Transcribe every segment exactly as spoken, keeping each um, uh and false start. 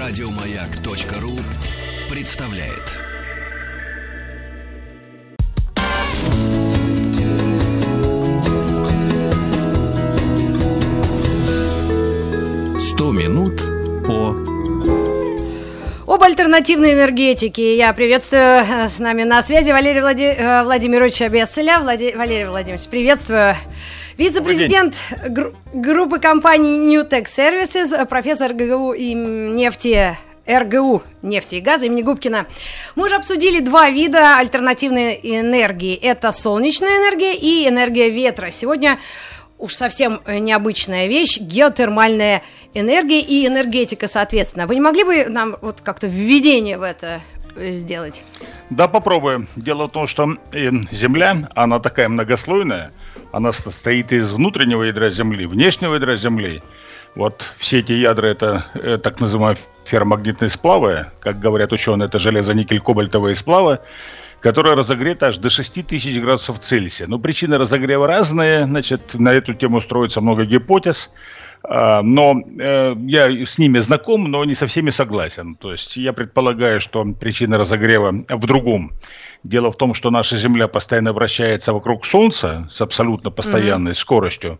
Радиомаяк.ру представляет. Сто минут по... Об альтернативной энергетике. Я приветствую с нами на связи Валерия Влади... Владимировича Бесселя. Влади... Валерий Владимирович, приветствую. Вице-президент гру... группы компаний Newtek Services, профессор ГГУ и нефти... эр гэ у нефти и газа имени Губкина. Мы уже обсудили два вида альтернативной энергии. Это солнечная энергия и энергия ветра. Сегодня уж совсем необычная вещь – геотермальная энергия и энергетика, соответственно. Вы не могли бы нам вот как-то введение в это сделать? Да, попробуем. Дело в том, что Земля, она такая многослойная, она состоит из внутреннего ядра Земли, внешнего ядра Земли. Вот все эти ядра – это э, так называемые ферромагнитные сплавы, как говорят ученые, это железо-никель-кобальтовые сплавы, которая разогрета аж до шесть тысяч градусов Цельсия. Но причины разогрева разные, значит, на эту тему строится много гипотез, э, но э, я с ними знаком, но не со всеми согласен. То есть я предполагаю, что причина разогрева в другом. Дело в том, что наша Земля постоянно вращается вокруг Солнца с абсолютно постоянной mm-hmm. скоростью.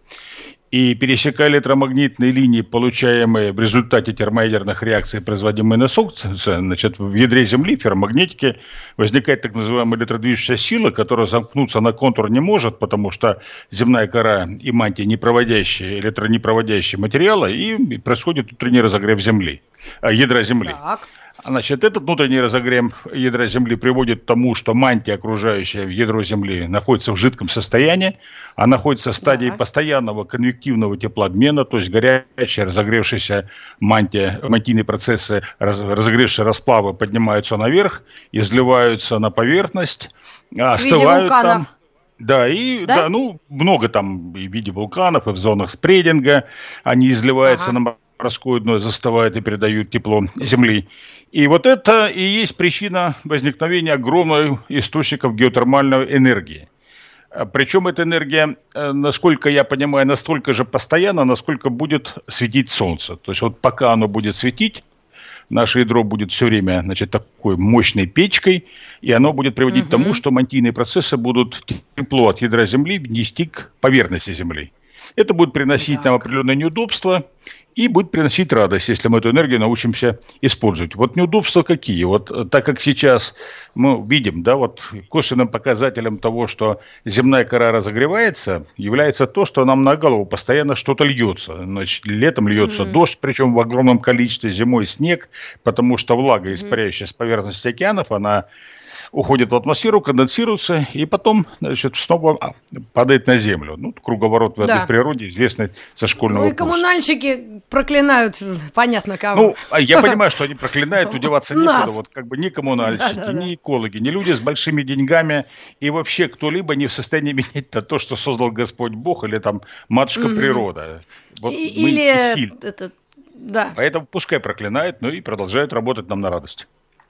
И пересекая электромагнитные линии, получаемые в результате термоядерных реакций, производимые на Солнце, значит, в ядре Земли, в ферромагнетике, возникает так называемая электродвижущая сила, которая замкнуться на контур не может, потому что земная кора и мантия непроводящие, электронепроводящие материалы, и происходит внутренний разогрев Земли, ядра Земли. Так. Значит, этот внутренний разогрев ядра Земли приводит к тому, что мантия, окружающая ядро Земли, находится в жидком состоянии, а находится в стадии да. постоянного конвективного теплообмена, то есть горячая, разогревшаяся мантия, мантийные процессы, раз, разогревшие расплавы поднимаются наверх, изливаются на поверхность, остывают там. Да, и да? Да, ну, много там и в виде вулканов, и в зонах спрединга, они изливаются ага. на морское дно, застывают и передают тепло Земли. И вот это и есть причина возникновения огромных источников геотермальной энергии. Причем эта энергия, насколько я понимаю, настолько же постоянна, насколько будет светить Солнце. То есть вот пока оно будет светить, наше ядро будет все время, значит, такой мощной печкой, и оно будет приводить угу. к тому, что мантийные процессы будут тепло от ядра Земли нести к поверхности Земли. Это будет приносить так. нам определенные неудобства и будет приносить радость, если мы эту энергию научимся использовать. Вот неудобства какие? Вот так как сейчас мы видим, да, вот косвенным показателем того, что земная кора разогревается, является то, что нам на голову постоянно что-то льется. Значит, летом льется mm-hmm. дождь, причем в огромном количестве, зимой снег, потому что влага, испаряющая mm-hmm. с поверхности океанов, она уходит в атмосферу, конденсируется, и потом, значит, снова падает на землю. Ну, круговорот в да. этой природе известный со школьного Ну и курса. Коммунальщики проклинают, понятно кого. Ну, я понимаю, что они проклинают, удеваться некуда. Вот как бы ни коммунальщики, ни экологи, ни люди с большими деньгами, и вообще кто-либо не в состоянии менять то, что создал Господь Бог или там Матушка природа. Вот мы или это, да. Поэтому пускай проклинают, но и продолжают работать нам на радость.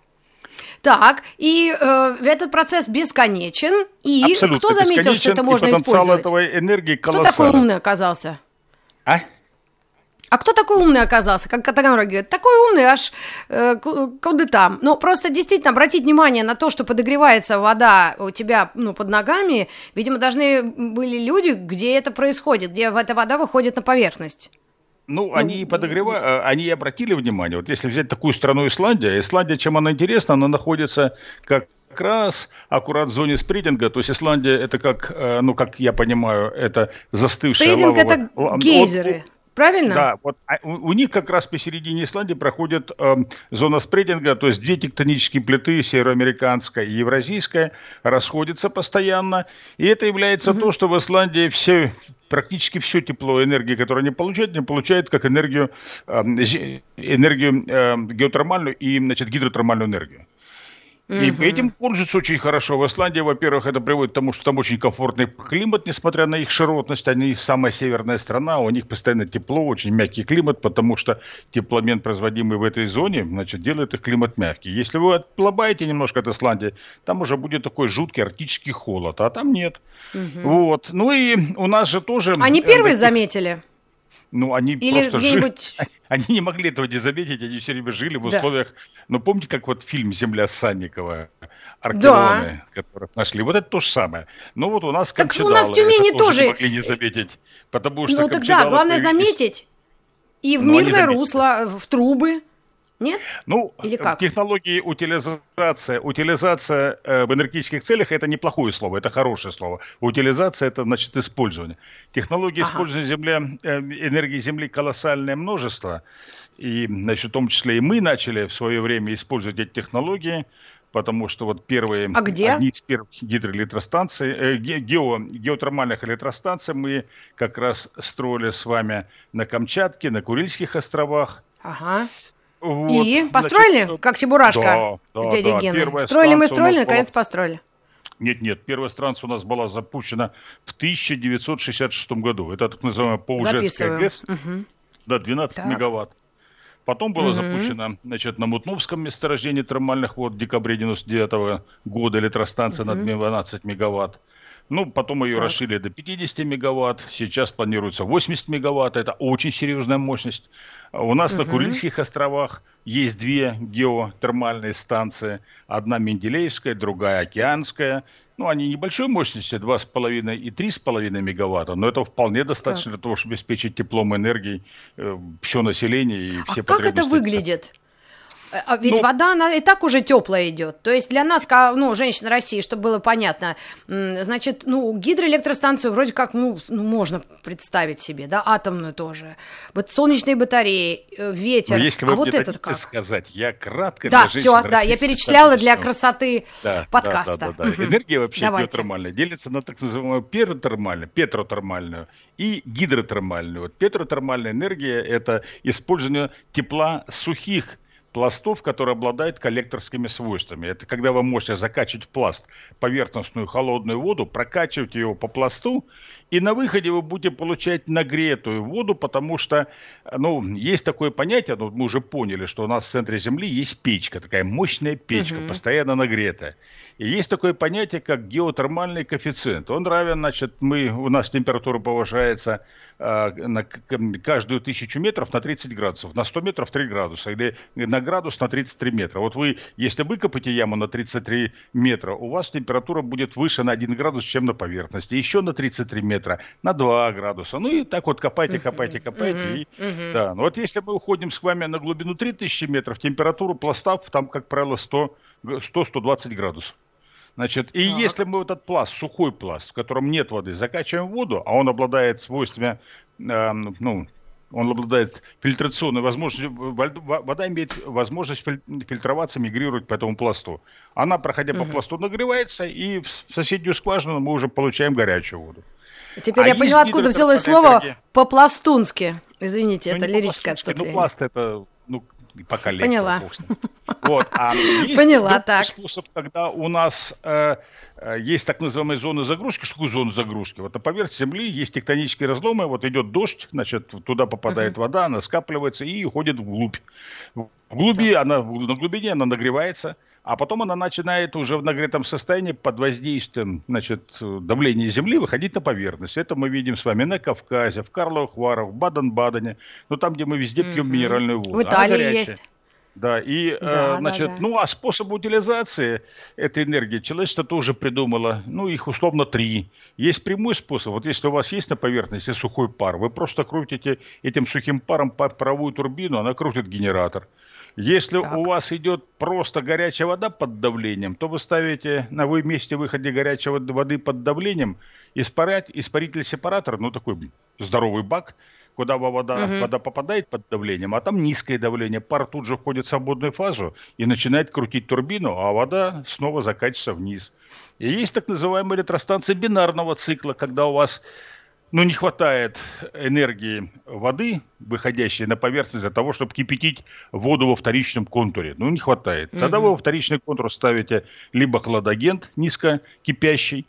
Так, и э, этот процесс бесконечен, и абсолютно кто заметил, что это можно использовать? Этой энергии кто такой умный оказался? А? А кто такой умный оказался? Как Таганрог говорит, такой умный, аж э, куда там. Ну, просто действительно обратить внимание на то, что подогревается вода у тебя ну, под ногами, видимо, должны были люди, где это происходит, где эта вода выходит на поверхность. Ну, они и подогревают, они и обратили внимание. Вот если взять такую страну Исландия, Исландия, чем она интересна, она находится как раз аккурат в зоне спрединга. То есть Исландия, это как, ну, как я понимаю, это застывшая спрединг лавовая... это гейзеры. Правильно? Да, вот у, у них как раз посередине Исландии проходит э, зона спрединга, то есть две тектонические плиты, североамериканская и евразийская, расходятся постоянно, и это является угу. то, что в Исландии все, практически все тепло энергии, которое они получают, они получают как энергию, э, энергию э, геотермальную и, значит, гидротермальную энергию. И угу. этим пользуются очень хорошо. В Исландии, во-первых, это приводит к тому, что там очень комфортный климат, несмотря на их широтность. Они самая северная страна, у них постоянно тепло, очень мягкий климат, потому что теплообмен, производимый в этой зоне, значит, делает их климат мягкий. Если вы отплываете немножко от Исландии, там уже будет такой жуткий арктический холод, а там нет. Угу. Вот. Ну и у нас же тоже... Они первые заметили? ну, они Или просто где-нибудь... жили, они не могли этого не заметить, они все время жили в условиях, да. ну, помните, как вот фильм «Земля Санникова», археологи, да. которых нашли, вот это то же самое. Ну, вот у нас так камчедалы, у нас в Тюмени это тоже, тоже не тоже... могли не заметить, потому что ну, тогда главное появились... заметить и в Но мирное русло, в трубы. Нет? Ну, или как? Технологии утилизация, утилизация э, в энергетических целях это неплохое слово, это хорошее слово. Утилизация это значит использование. Технологии ага. использования земля, э, энергии Земли колоссальное множество. И, значит, в том числе и мы начали в свое время использовать эти технологии, потому что вот первые, а где? одни из первых гидроэлектростанций, э, гео, геотермальных электростанций мы как раз строили с вами на Камчатке, на Курильских островах. Ага. Вот, и построили, значит, как Чебурашка да, с дядей да, Геной. Строили мы, строили, наконец была... построили. Нет, нет, первая станция у нас была запущена в тысяча девятьсот шестьдесят шестом году. Это так называемая Поужецкая ГЭС. Угу. Да, двенадцать так. мегаватт. Потом была угу. запущена, значит, на Мутновском месторождении термальных вод в декабре девяносто девятого года электростанция угу. на двенадцать мегаватт. Ну, потом ее так. расширили до пятьдесят мегаватт, сейчас планируется восемьдесят мегаватт, это очень серьезная мощность. У нас угу. на Курильских островах есть две геотермальные станции, одна Менделеевская, другая Океанская. Ну, они небольшой мощности, два с половиной и три с половиной мегаватта, но это вполне достаточно так. для того, чтобы обеспечить теплом и энергией э, все население и все а потребности. А как это выглядит? А ведь ну, вода, она и так уже теплая идет. То есть для нас, ну, женщин России, чтобы было понятно, значит, ну, гидроэлектростанцию вроде как, ну, можно представить себе, да, атомную тоже. Вот солнечные батареи, ветер. Но если вы а вот мне этот как? сказать, я кратко да, для женщин все, да, я перечисляла для красоты да, подкаста. Да, да, да, да. Угу. Энергия вообще Давайте. геотермальная делится на так называемую перотермальную, петротермальную и гидротермальную. Вот петротермальная энергия – это использование тепла сухих пластов, которые обладают коллекторскими свойствами. Это когда вы можете закачивать в пласт поверхностную холодную воду, прокачивать ее по пласту, и на выходе вы будете получать нагретую воду, потому что, ну, есть такое понятие, ну, мы уже поняли, что у нас в центре Земли есть печка, такая мощная печка, угу. постоянно нагретая. И есть такое понятие, как геотермальный коэффициент. Он равен, значит, мы, у нас температура повышается э, на каждую тысячу метров на тридцать градусов, на сто метров три градуса, или на градус на тридцать три метра. Вот вы, если выкопаете яму на тридцать три метра, у вас температура будет выше на один градус, чем на поверхности. Еще на тридцать три метра, на два градуса. Ну и так вот копайте, копайте, копайте. Uh-huh. И, uh-huh. Да. Но вот если мы уходим с вами на глубину три тысячи метров, температура пласта там, как правило, сто - сто двадцать градусов. Значит, и так. если мы этот пласт, сухой пласт, в котором нет воды, закачиваем в воду, а он обладает свойствами, э, ну, он обладает фильтрационной возможностью, вода имеет возможность фильтроваться, мигрировать по этому пласту. Она, проходя угу. по пласту, нагревается, и в соседнюю скважину мы уже получаем горячую воду. Теперь а я поняла, откуда взялось слово по-пластунски. Извините, ну, это лирическое отступление. Ну, пласт это, ну, по коллектору. Поняла. Вот. А есть Поняла, так. способ, когда у нас э, есть так называемые зоны загрузки. Что такое зона загрузки? Вот на поверхности Земли есть тектонические разломы, вот идет дождь, значит, туда попадает uh-huh. вода, она скапливается и уходит вглубь. В глуби, да. она, на глубине она нагревается, а потом она начинает уже в нагретом состоянии под воздействием, значит, давления Земли выходить на поверхность. Это мы видим с вами на Кавказе, в Карловых Варах, в Баден-Бадене, ну там, где мы везде пьем uh-huh. минеральную воду. В Италии есть. Да, и, да, э, значит, да, да. ну, а способы утилизации этой энергии человечество тоже придумало, ну, их условно три. Есть прямой способ, вот если у вас есть на поверхности сухой пар, вы просто крутите этим сухим паром под паровую турбину, она крутит генератор. Если так. у вас идет просто горячая вода под давлением, то вы ставите на вы месте выхода горячей воды под давлением испарять, испаритель-сепаратор, ну, такой здоровый бак, куда вода, uh-huh. вода попадает под давлением, а там низкое давление. Пар тут же входит в свободную фазу и начинает крутить турбину, а вода снова закатится вниз. И есть так называемая электростанция бинарного цикла, когда у вас ну, не хватает энергии воды, выходящей на поверхность, для того, чтобы кипятить воду во вторичном контуре. Ну, не хватает. Тогда uh-huh. вы во вторичный контур ставите либо хладагент низкокипящий,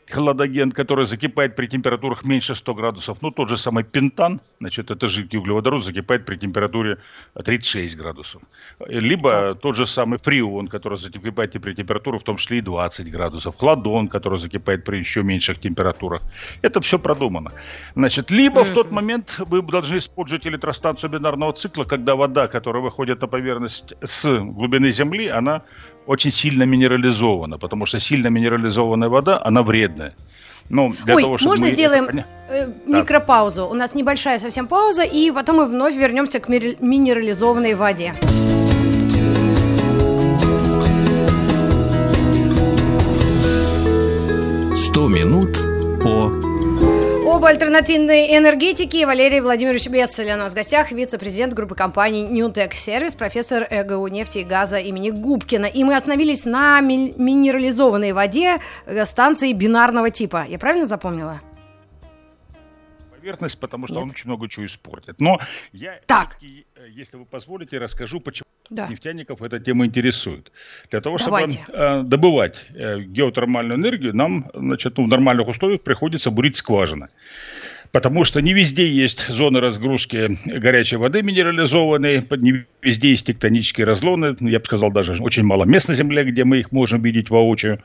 хладоген, который закипает при температурах меньше ста градусов. Ну, тот же самый пентан, значит, это жидкий углеводород, закипает при температуре тридцать шесть градусов. Либо да. тот же самый фреон, который закипает при температуре в том числе и двадцать градусов. Хладон, который закипает при еще меньших температурах. Это все продумано. Значит, либо mm-hmm. в тот момент вы должны использовать электростанцию бинарного цикла, когда вода, которая выходит на поверхность с глубины Земли, она очень сильно минерализована, потому что сильно минерализованная вода, она вредная. Ну, для Ой, того, чтобы можно мы сделаем это... э, микропаузу? У нас небольшая совсем пауза, и потом мы вновь вернемся к минерализованной воде. сто минут по... Об альтернативной энергетике Валерий Владимирович Бесселя у нас в гостях, вице-президент группы компаний Newtek Service, профессор ЭГУ нефти и газа имени Губкина. И мы остановились на ми- минерализованной воде станции бинарного типа. Я правильно запомнила? Поверхность, потому что Нет. он очень много чего испортит. Но я, так. если вы позволите, расскажу, почему да. нефтяников эта тема интересует. Для того, Давайте. чтобы э, добывать э, геотермальную энергию, нам, значит, ну, в нормальных условиях приходится бурить скважины. Потому что не везде есть зоны разгрузки горячей воды минерализованной, не везде есть тектонические разломы, я бы сказал, даже очень мало мест на Земле, где мы их можем видеть воочию.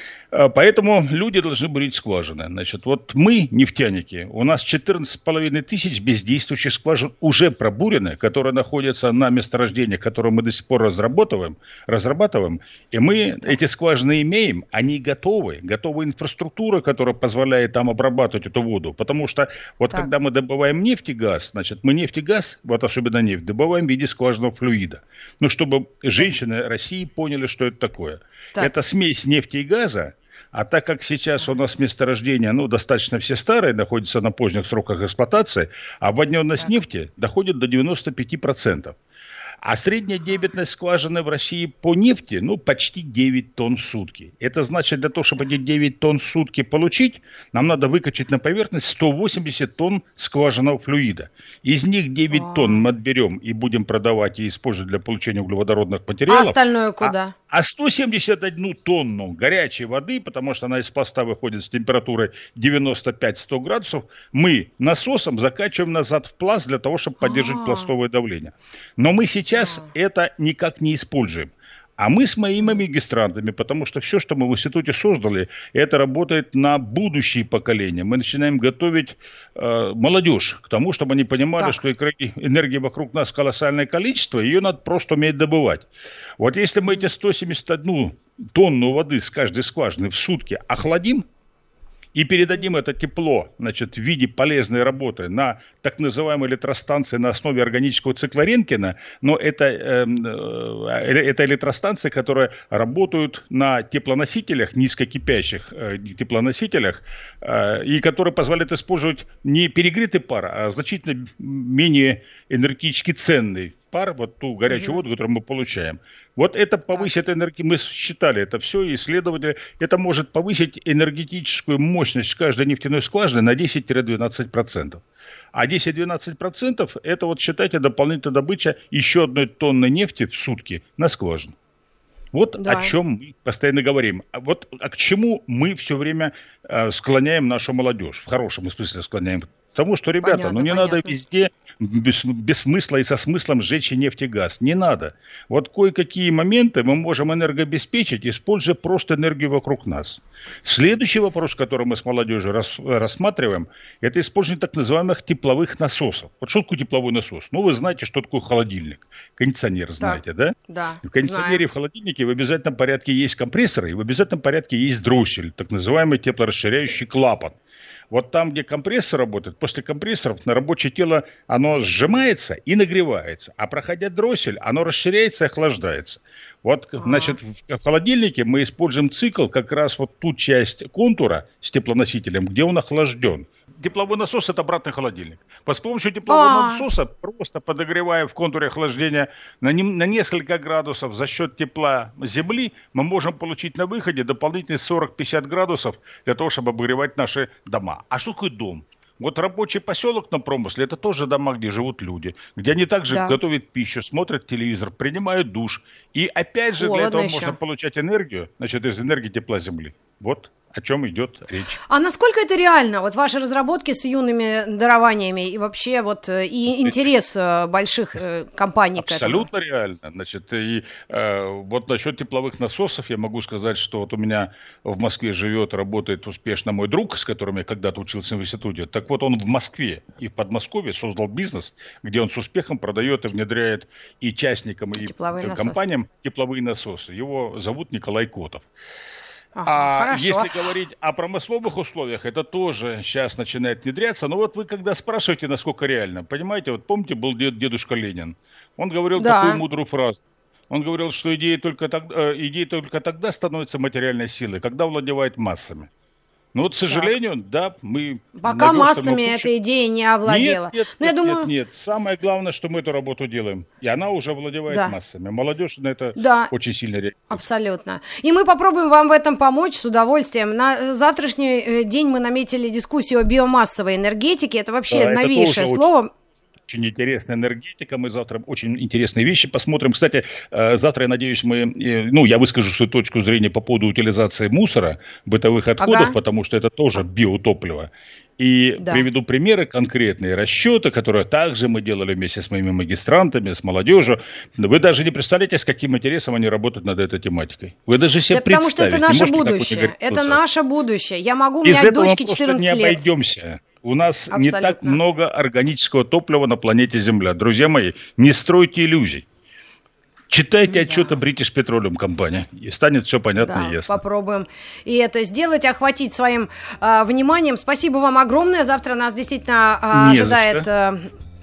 Поэтому люди должны бурить скважины. Значит, вот мы, нефтяники, у нас четырнадцать с половиной тысяч бездействующих скважин уже пробурены, которые находятся на месторождениях, которые мы до сих пор разрабатываем, разрабатываем. И мы эти скважины имеем, они готовы. Готова инфраструктура, которая позволяет там обрабатывать эту воду. Потому что вот так. когда мы добываем нефть и газ, значит, мы нефть и газ, вот особенно нефть, добываем в виде скважинного флюида. Ну, чтобы женщины России поняли, что это такое. Так. Это смесь нефти и газа. А так как сейчас у нас месторождения, ну, достаточно все старые, находятся на поздних сроках эксплуатации, обводненность нефти доходит до девяноста пяти процентов. А средняя дебетность скважины в России по нефти, ну, почти девять тонн в сутки. Это значит, для того, чтобы эти девять тонн в сутки получить, нам надо выкачать на поверхность сто восемьдесят тонн скважинного флюида. Из них девять тонн мы отберем и будем продавать и использовать для получения углеводородных материалов. А остальное куда? А, а сто семьдесят одну тонну горячей воды, потому что она из пласта выходит с температурой девяносто пять - сто градусов, мы насосом закачиваем назад в пласт для того, чтобы поддержать пластовое давление. Но мы сейчас Сейчас а. это никак не используем. А мы с моими магистрантами, потому что все, что мы в институте создали, это работает на будущие поколения. Мы начинаем готовить э, молодежь к тому, чтобы они понимали, так. что энергии вокруг нас колоссальное количество, ее надо просто уметь добывать. Вот если мы эти сто семьдесят одну тонну воды с каждой скважины в сутки охладим, и передадим это тепло, значит, в виде полезной работы на так называемой электростанции на основе органического цикла Ренкина, но это, э, э, это электростанции, которые работают на теплоносителях, низкокипящих э, теплоносителях, э, и которые позволяют использовать не перегретый пар, а значительно менее энергетически ценный пар, вот ту горячую угу. воду, которую мы получаем. Вот это повысит энергию, мы считали это все, исследователи, это может повысить энергетическую мощность каждой нефтяной скважины на десять-двенадцать процентов. А десять-двенадцать процентов это вот, считайте, дополнительная добыча еще одной тонны нефти в сутки на скважину. Вот да. о чем мы постоянно говорим. Вот а к чему мы все время э, склоняем нашу молодежь, в хорошем смысле склоняем. Потому что, ребята, понятно, ну не понятно. Надо везде без, без смысла и со смыслом сжечь нефть и газ. Не надо. Вот кое-какие моменты мы можем энергообеспечить, используя просто энергию вокруг нас. Следующий вопрос, который мы с молодежью рас, рассматриваем, это использование так называемых тепловых насосов. Вот что такое тепловой насос? Ну, вы знаете, что такое холодильник. Кондиционер знаете, да? Да. В кондиционере и в холодильнике в обязательном порядке есть компрессоры, и в обязательном порядке есть дроссель, так называемый теплорасширяющий клапан. Вот там, где компрессор работает, после компрессоров на рабочее тело оно сжимается и нагревается, а проходя дроссель, оно расширяется и охлаждается. Вот, А-а-а. значит, в холодильнике мы используем цикл, как раз вот ту часть контура с теплоносителем, где он охлажден. Тепловой насос – это обратный холодильник. С помощью теплового А-а-а. насоса, просто подогревая в контуре охлаждения на, не, на несколько градусов за счет тепла Земли, мы можем получить на выходе дополнительные сорок-пятьдесят градусов для того, чтобы обогревать наши дома. А что такое дом? Вот рабочий поселок на промысле – это тоже дома, где живут люди, где они также да. готовят пищу, смотрят телевизор, принимают душ. И опять же Холодно для этого еще. можно получать энергию, значит, из энергии тепла Земли. Вот о чем идет речь. А насколько это реально? Вот ваши разработки с юными дарованиями и вообще вот и интерес больших компаний к этому? Абсолютно реально. Значит, и э, вот насчет тепловых насосов я могу сказать, что вот у меня в Москве живет, работает успешно мой друг, с которым я когда-то учился в институте. Так вот, он в Москве и в Подмосковье создал бизнес, где он с успехом продает и внедряет и частникам, и тепловые компаниям насосы. тепловые насосы. Его зовут Николай Котов. Ага, а хорошо. если говорить о промысловых условиях, это тоже сейчас начинает внедряться. Но вот вы когда спрашиваете, насколько реально, понимаете, вот помните, был дед, дедушка Ленин. Он говорил да. такую мудрую фразу. Он говорил, что идея только, тогда, идея только тогда становится материальной силой, когда владевает массами. Ну вот, к сожалению, так. да, мы... Пока массами эта идея не овладела. Нет, нет, Но нет, я думаю... нет, нет. Самое главное, что мы эту работу делаем. И она уже овладевает да. массами. Молодежь на это да. очень сильно реагирует. Абсолютно. И мы попробуем вам в этом помочь с удовольствием. На завтрашний день мы наметили дискуссию о биомассовой энергетике. Это вообще да, новейшее это слово. Очень... Очень интересная энергетика. Мы завтра очень интересные вещи посмотрим. Кстати, завтра, я надеюсь, мы, ну, я выскажу свою точку зрения по поводу утилизации мусора, бытовых отходов, ага. потому что это тоже биотопливо. И да. приведу примеры, конкретные расчеты, которые также мы делали вместе с моими магистрантами, с молодежью. Вы даже не представляете, с каким интересом они работают над этой тематикой. Вы даже себе да представить потому что это наше будущее. Это наше будущее. Я могу, у меня дочке четырнадцать лет. Без этого мы просто не обойдемся. У нас Абсолютно. не так много органического топлива на планете Земля. Друзья мои, не стройте иллюзий. Читайте да. отчеты British Petroleum компании, и станет все понятно да, и ясно. Попробуем и это сделать, охватить своим э, вниманием. Спасибо вам огромное. Завтра нас действительно э, ожидает... Э,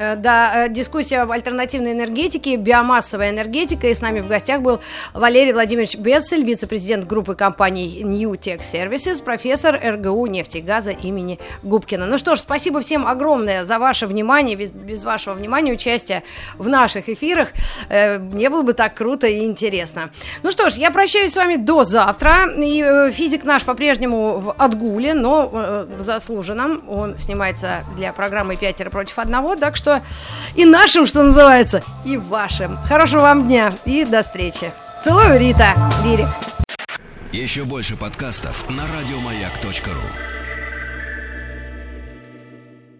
Да, дискуссия об альтернативной энергетике, биомассовая энергетика. И с нами в гостях был Валерий Владимирович Бессель, вице-президент группы компаний New Tech Services, профессор эр гэ у нефти и газа имени Губкина. Ну что ж, спасибо всем огромное за ваше внимание. Без, без вашего внимания, участия в наших эфирах э, не было бы так круто и интересно. Ну что ж, я прощаюсь с вами до завтра. И э, физик наш по-прежнему в отгуле, но э, в заслуженном. Он снимается для программы «Пятеро против одного». Так что и нашим, что называется, и вашим. Хорошего вам дня и до встречи. Целую, Рита, Лирик. Еще больше подкастов на радиомаяк точка ру.